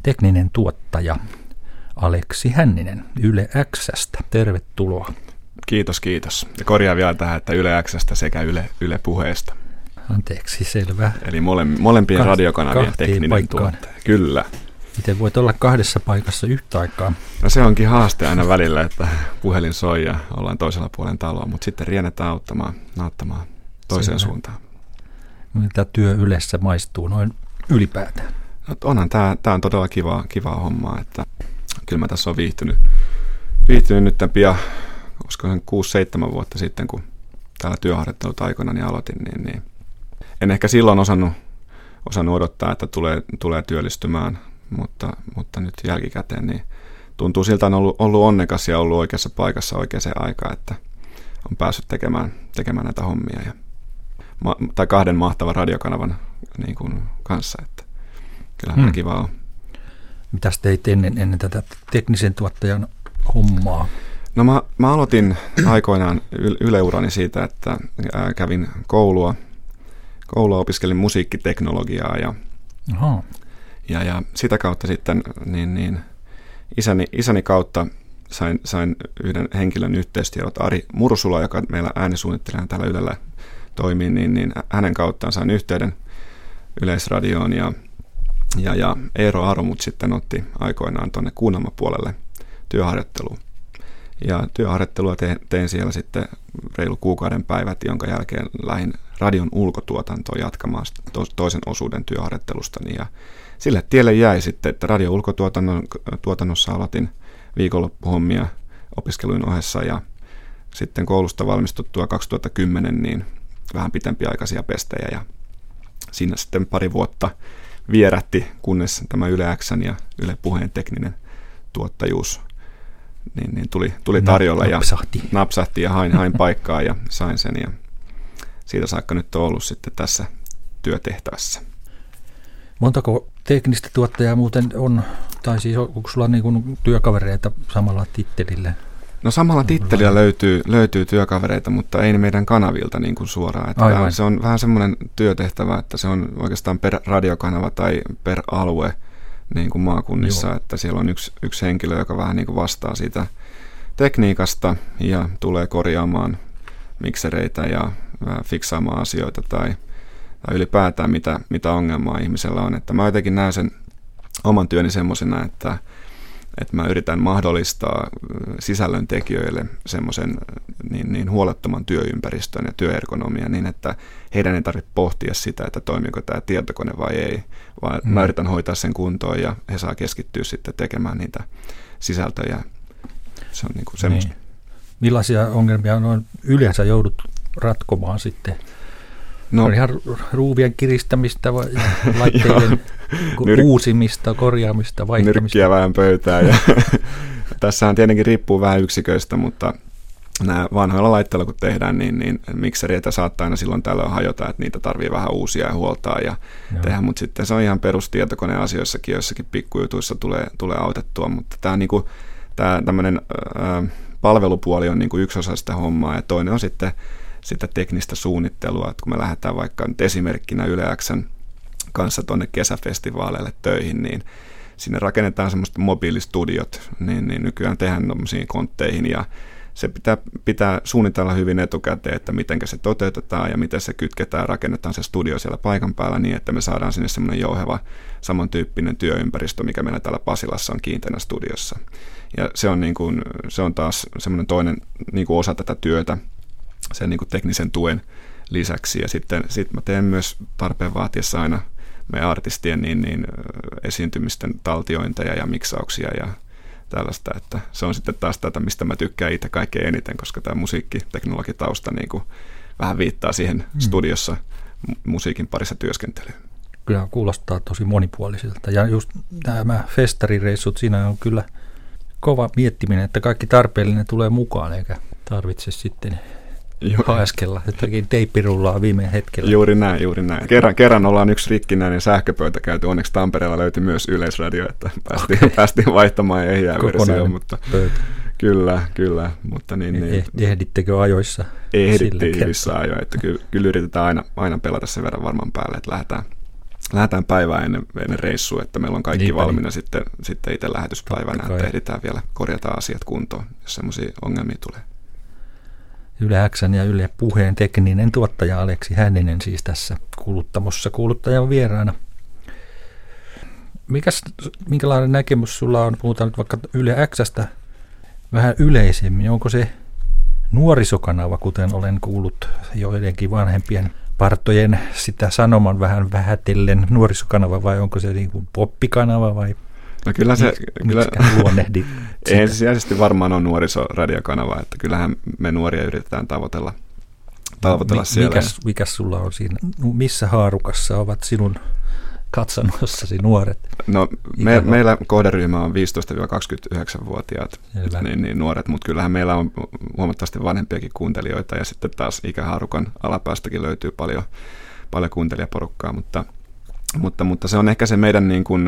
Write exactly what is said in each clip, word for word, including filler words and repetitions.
tekninen tuottaja Aleksi Hänninen Yle X:stä. Tervetuloa. Kiitos, kiitos. Ja korjaan vielä tähän, että Yle X:stä sekä Yle, Yle Puheesta. Anteeksi, selvä. Eli mole, molempien Ka- radiokanavien tekninen paikkaan. tuottaja. Kyllä. Miten voit olla kahdessa paikassa yhtä aikaa? No se onkin haaste aina välillä, että puhelin soi ja ollaan toisella puolen taloa, mutta sitten riennetään auttamaan, auttamaan toiseen selvä. Suuntaan. Miltä työ Ylessä maistuu noin ylipäätään? No, onhan tämä, tämä on todella kivaa, kivaa hommaa, että kyllä mä tässä on viihtynyt, viihtynyt nyt tämän pian, koska sen kuusi seitsemän vuotta sitten, kun täällä työharjoittelut aikana niin aloitin, niin, niin en ehkä silloin osannut, osannut odottaa, että tulee, tulee työllistymään, mutta, mutta nyt jälkikäteen niin tuntuu siltä, on ollut, ollut onnekas ja ollut oikeassa paikassa oikeaan aikaan, että on päässyt tekemään, tekemään näitä hommia ja, ma, tai kahden mahtavan radiokanavan niin kuin kanssa, että kyllähän hmm. kiva on. Mitäs teit ennen, ennen tätä teknisen tuottajan hommaa? No mä, mä aloitin aikoinaan yleurani siitä, että kävin koulua, koulua opiskelin musiikkiteknologiaa ja, ja, ja sitä kautta sitten niin, niin isäni, isäni kautta sain, sain yhden henkilön yhteistyöt, Ari Mursula, joka meillä äänisuunnittelijana täällä Ylellä toimii, niin, niin hänen kauttaan sain yhteyden Yleisradioon ja, ja, ja Eero Aromut sitten otti aikoinaan tuonne kuunnelmapuolelle työharjoitteluun. Ja työharjoittelua tein, tein siellä sitten reilu kuukauden päivät, jonka jälkeen lähdin radion ulkotuotantoon jatkamaan to, toisen osuuden työharjoittelustani. Ja sille tielle jäi sitten, että radion ulkotuotannossa aloitin viikonloppuhommia opiskelujen ohessa ja sitten koulusta valmistuttua kaksituhattakymmenen niin vähän pitempiaikaisia pestejä ja siinä sitten pari vuotta vierähti, kunnes tämä Yle X:n ja Yle Puheen tekninen tuottajuus Niin, niin tuli, tuli tarjolla napsahti. ja napsahti ja hain, hain paikkaa ja sain sen ja siitä saakka nyt on ollut sitten tässä työtehtävässä. Montako teknistä tuottajaa muuten on, tai siis onko sulla niin kuin työkavereita samalla tittelillä? No samalla tittelillä löytyy, löytyy työkavereita, mutta ei meidän kanavilta niin kuin suoraan. Että vähän, se on vähän semmoinen työtehtävä, että se on oikeastaan per radiokanava tai per alue, niin kuin maakunnissa, Joo. että siellä on yksi, yksi henkilö, joka vähän niin kuin vastaa siitä tekniikasta ja tulee korjaamaan miksereitä ja fiksaamaan asioita tai, tai ylipäätään mitä, mitä ongelmaa ihmisellä on. Että mä jotenkin näen sen oman työni semmoisena, että, että mä yritän mahdollistaa sisällöntekijöille semmoisen niin, niin huolettoman työympäristön ja työergonomian niin, että heidän ei tarvitse pohtia sitä, että toimiiko tämä tietokone vai ei, vaan mm. mä yritän hoitaa sen kuntoon ja he saa keskittyä sitten tekemään niitä sisältöjä. Se on niin kuin semmoista. Niin. Millaisia ongelmia on yleensä joudut ratkomaan sitten? No, on ihan ruuvien kiristämistä vai laitteiden Nyr- uusimista, korjaamista, vaihtamista? Nyrkkiä vähän pöytään. Ja tässähän tietenkin riippuu vähän yksiköistä, mutta nämä vanhoilla laitteilla kun tehdään, niin, niin mikseriitä saattaa aina silloin tällöin hajota, että niitä tarvii vähän uusia ja huoltaa ja Joo. tehdä, mutta sitten se on ihan perustietokoneasioissakin, joissakin pikkujutuissa tulee, tulee autettua, mutta tämä, niin kuin, tämä tämmöinen ää, palvelupuoli on niin kuin yksi osa sitä hommaa ja toinen on sitten sitä teknistä suunnittelua, että kun me lähdetään vaikka nyt esimerkkinä Yle X:n kanssa tuonne kesäfestivaaleille töihin, niin sinne rakennetaan semmoista mobiilistudiot, niin, niin nykyään tehdään tuommoisiin kontteihin ja se pitää, pitää suunnitella hyvin etukäteen, että miten se toteutetaan ja miten se kytketään ja rakennetaan se studio siellä paikan päällä niin, että me saadaan sinne semmoinen jouheva samantyyppinen työympäristö, mikä meillä täällä Pasilassa on kiinteänä studiossa. Ja se on, niin kuin, se on taas semmoinen toinen niin kuin osa tätä työtä, sen niin kuin teknisen tuen lisäksi. Ja sitten sit mä teen myös tarpeen vaatiessa aina meidän artistien niin, niin, esiintymisten taltiointeja ja miksauksia ja tällaista, että se on sitten taas tätä, mistä mä tykkään itse kaikkein eniten, koska tämä musiikkiteknologitausta niin kuin vähän viittaa siihen hmm. studiossa musiikin parissa työskentelyyn. Kyllä kuulostaa tosi monipuolisilta ja just nämä festarireissut, siinä on kyllä kova miettiminen, että kaikki tarpeellinen tulee mukaan eikä tarvitse sitten haeskella, jotakin teippirullaa viime hetkellä. Juuri näin, juuri näin. Kerran, kerran ollaan yksi rikkinäinen sähköpöytä käyty. Onneksi Tampereella löytyi myös Yleisradio, että päästiin, okay. päästiin vaihtamaan ehjää versioon. Mutta kyllä, kyllä. Mutta niin, niin, ehdittekö ajoissa? Ehdittiin hyvissä ajoin. Että kyllä, kyllä yritetään aina, aina pelata sen verran varman päälle, että lähdetään, lähdetään päivää ennen, ennen reissua, että meillä on kaikki Niinpä, valmiina niin. sitten, sitten itse lähetyspäivänä, että ehditään vielä korjata asiat kuntoon, jos semmoisia ongelmia tulee. Yle X:n ja Yle Puheen tekninen tuottaja Aleksi Hänninen siis tässä Kuuluttamossa kuuluttajan vieraana. Mikäs, minkälainen näkemys sulla on, puhutaan nyt vaikka Yle X:stä vähän yleisemmin, onko se nuorisokanava, kuten olen kuullut joidenkin vanhempien partojen sitä sanoman vähän vähätellen nuorisokanava, vai onko se niin kuin poppikanava vai no kyllä se, miksi, kyllä, luonnehdit ensisijaisesti varmaan on nuorisoradiokanava, että kyllähän me nuoria yritetään tavoitella, tavoitella Mi, siellä. Mikäs, mikäs sulla on siinä, missä haarukassa ovat sinun katsannossasi nuoret? No me, meillä kohderyhmä on viisitoista kaksikymmentäyhdeksän-vuotiaat niin, niin nuoret, mutta kyllähän meillä on huomattavasti vanhempiakin kuuntelijoita ja sitten taas ikähaarukan alapäästäkin löytyy paljon, paljon kuuntelijaporukkaa, mutta, mutta, mutta se on ehkä se meidän, niin kuin,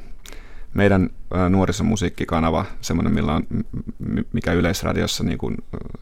meidän nuorisomusiikkikanava, semmoinen, millä on, mikä Yleisradiossa, niin kuin,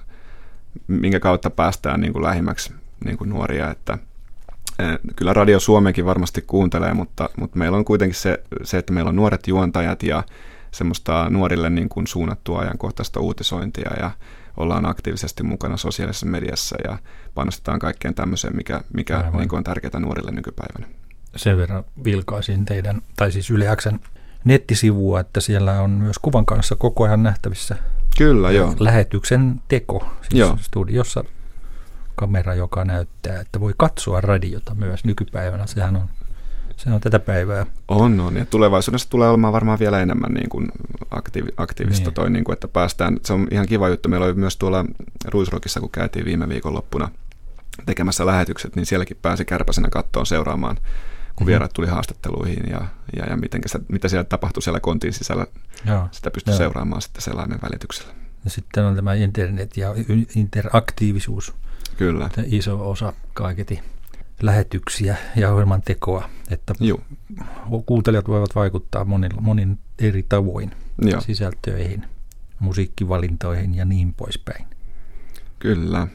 minkä kautta päästään niin kuin lähimmäksi niin kuin nuoria, että kyllä Radio Suomekin varmasti kuuntelee, mutta, mutta meillä on kuitenkin se, se, että meillä on nuoret juontajat ja semmoista nuorille niin kuin suunnattua ajankohtaista uutisointia ja ollaan aktiivisesti mukana sosiaalisessa mediassa ja panostetaan kaikkeen tämmöiseen, mikä, mikä niin kuin on tärkeää nuorille nykypäivänä. Sen verran vilkaisin teidän, tai siis Yle X:n nettisivua, että siellä on myös kuvan kanssa koko ajan nähtävissä kyllä, joo. lähetyksen teko, siis joo. studiossa kamera, joka näyttää, että voi katsoa radiota myös nykypäivänä. Sehän on, se on tätä päivää. On, on. Ja tulevaisuudessa tulee olemaan varmaan vielä enemmän niin kuin aktiivi, aktiivista niin. toi, niin kuin, että päästään. Se on ihan kiva juttu. Meillä oli myös tuolla Ruisrockissa, kun käytiin viime viikonloppuna tekemässä lähetykset, niin sielläkin pääsi kärpäsenä kattoon seuraamaan, kun mm-hmm. vieraat tuli haastatteluihin ja, ja, ja miten se, mitä siellä tapahtui siellä kontin sisällä. Joo. Sitä pystyi Joo. seuraamaan sitten sellainen välityksellä. Ja sitten on tämä internet ja interaktiivisuus. Kyllä. Iso osa kaiketi lähetyksiä ja ohjelman tekoa, että Juh. kuuntelijat voivat vaikuttaa monin, monin eri tavoin Joo. sisältöihin, musiikkivalintoihin ja niin poispäin. Kyllä.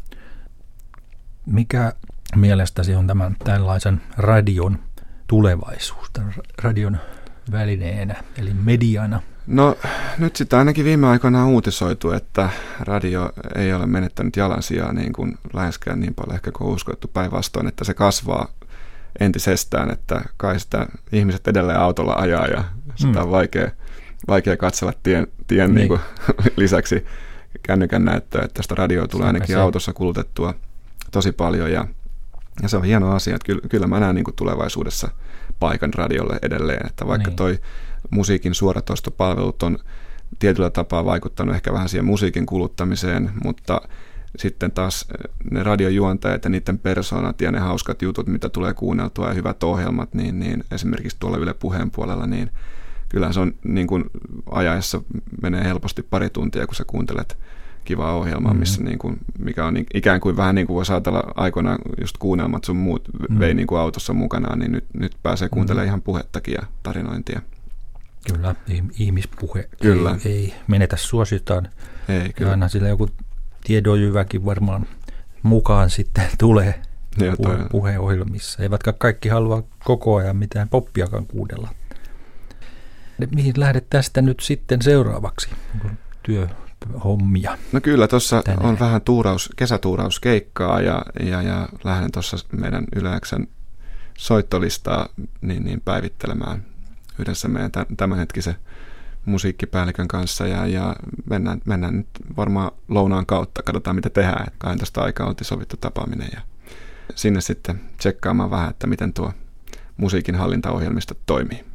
Mikä mielestäsi on tämän tällaisen radion tulevaisuus, tämän radion välineenä, eli mediana? No nyt sitä ainakin viime aikoina on uutisoitu, että radio ei ole menettänyt jalansijaa niin kuin läheskään niin paljon ehkä kuin uskottu, päinvastoin, että se kasvaa entisestään, että kai sitä ihmiset edelleen autolla ajaa ja sitä mm. on vaikea, vaikea katsella tien, tien niin. Niin kuin lisäksi kännykän näyttöä, että tästä radioa tulee ainakin se. autossa kulutettua tosi paljon ja, ja se on hieno asia, että kyllä, kyllä mä näen niin kuin tulevaisuudessa paikan radiolle edelleen, että vaikka niin. toi musiikin suoratoistopalvelut on tietyllä tapaa vaikuttanut ehkä vähän siihen musiikin kuluttamiseen, mutta sitten taas ne radiojuontajat ja niiden persoonat ja ne hauskat jutut, mitä tulee kuunneltua ja hyvät ohjelmat, niin, niin esimerkiksi tuolla Yle Puheen puolella, niin kyllähän se on niin kuin ajaessa menee helposti pari tuntia, kun sä kuuntelet kivaa ohjelmaa, missä niin kuin, mikä on ikään kuin vähän niin kuin voisi ajatella aikoinaan just kuunnelmat sun muut mm. vei niin kuin autossa mukanaan, niin nyt, nyt pääsee kuuntelemaan mm. ihan puhettakin ja tarinointia. Kyllä, ihmispuhe kyllä. Ei, ei menetä suositaan. Ei, kyllä. Ja aina sillä joku tiedonjyväkin varmaan mukaan sitten tulee Joo, puhe- puheohjelmissa. Eivätkä kaikki halua koko ajan mitään poppiakaan kuunnella. Mihin lähdet tästä nyt sitten seuraavaksi? Työhommia. No kyllä, tuossa on vähän tuuraus, kesätuurauskeikkaa ja, ja, ja lähden tuossa meidän Yle X:n soittolistaa niin, niin päivittelemään yhdessä meidän tämänhetkisen musiikkipäällikön kanssa ja, ja mennään, mennään nyt varmaan lounaan kautta, katsotaan mitä tehdään. kaksitoista aikaa oltiin sovittu tapaaminen ja sinne sitten tsekkaamaan vähän, että miten tuo musiikin hallintaohjelmisto toimii.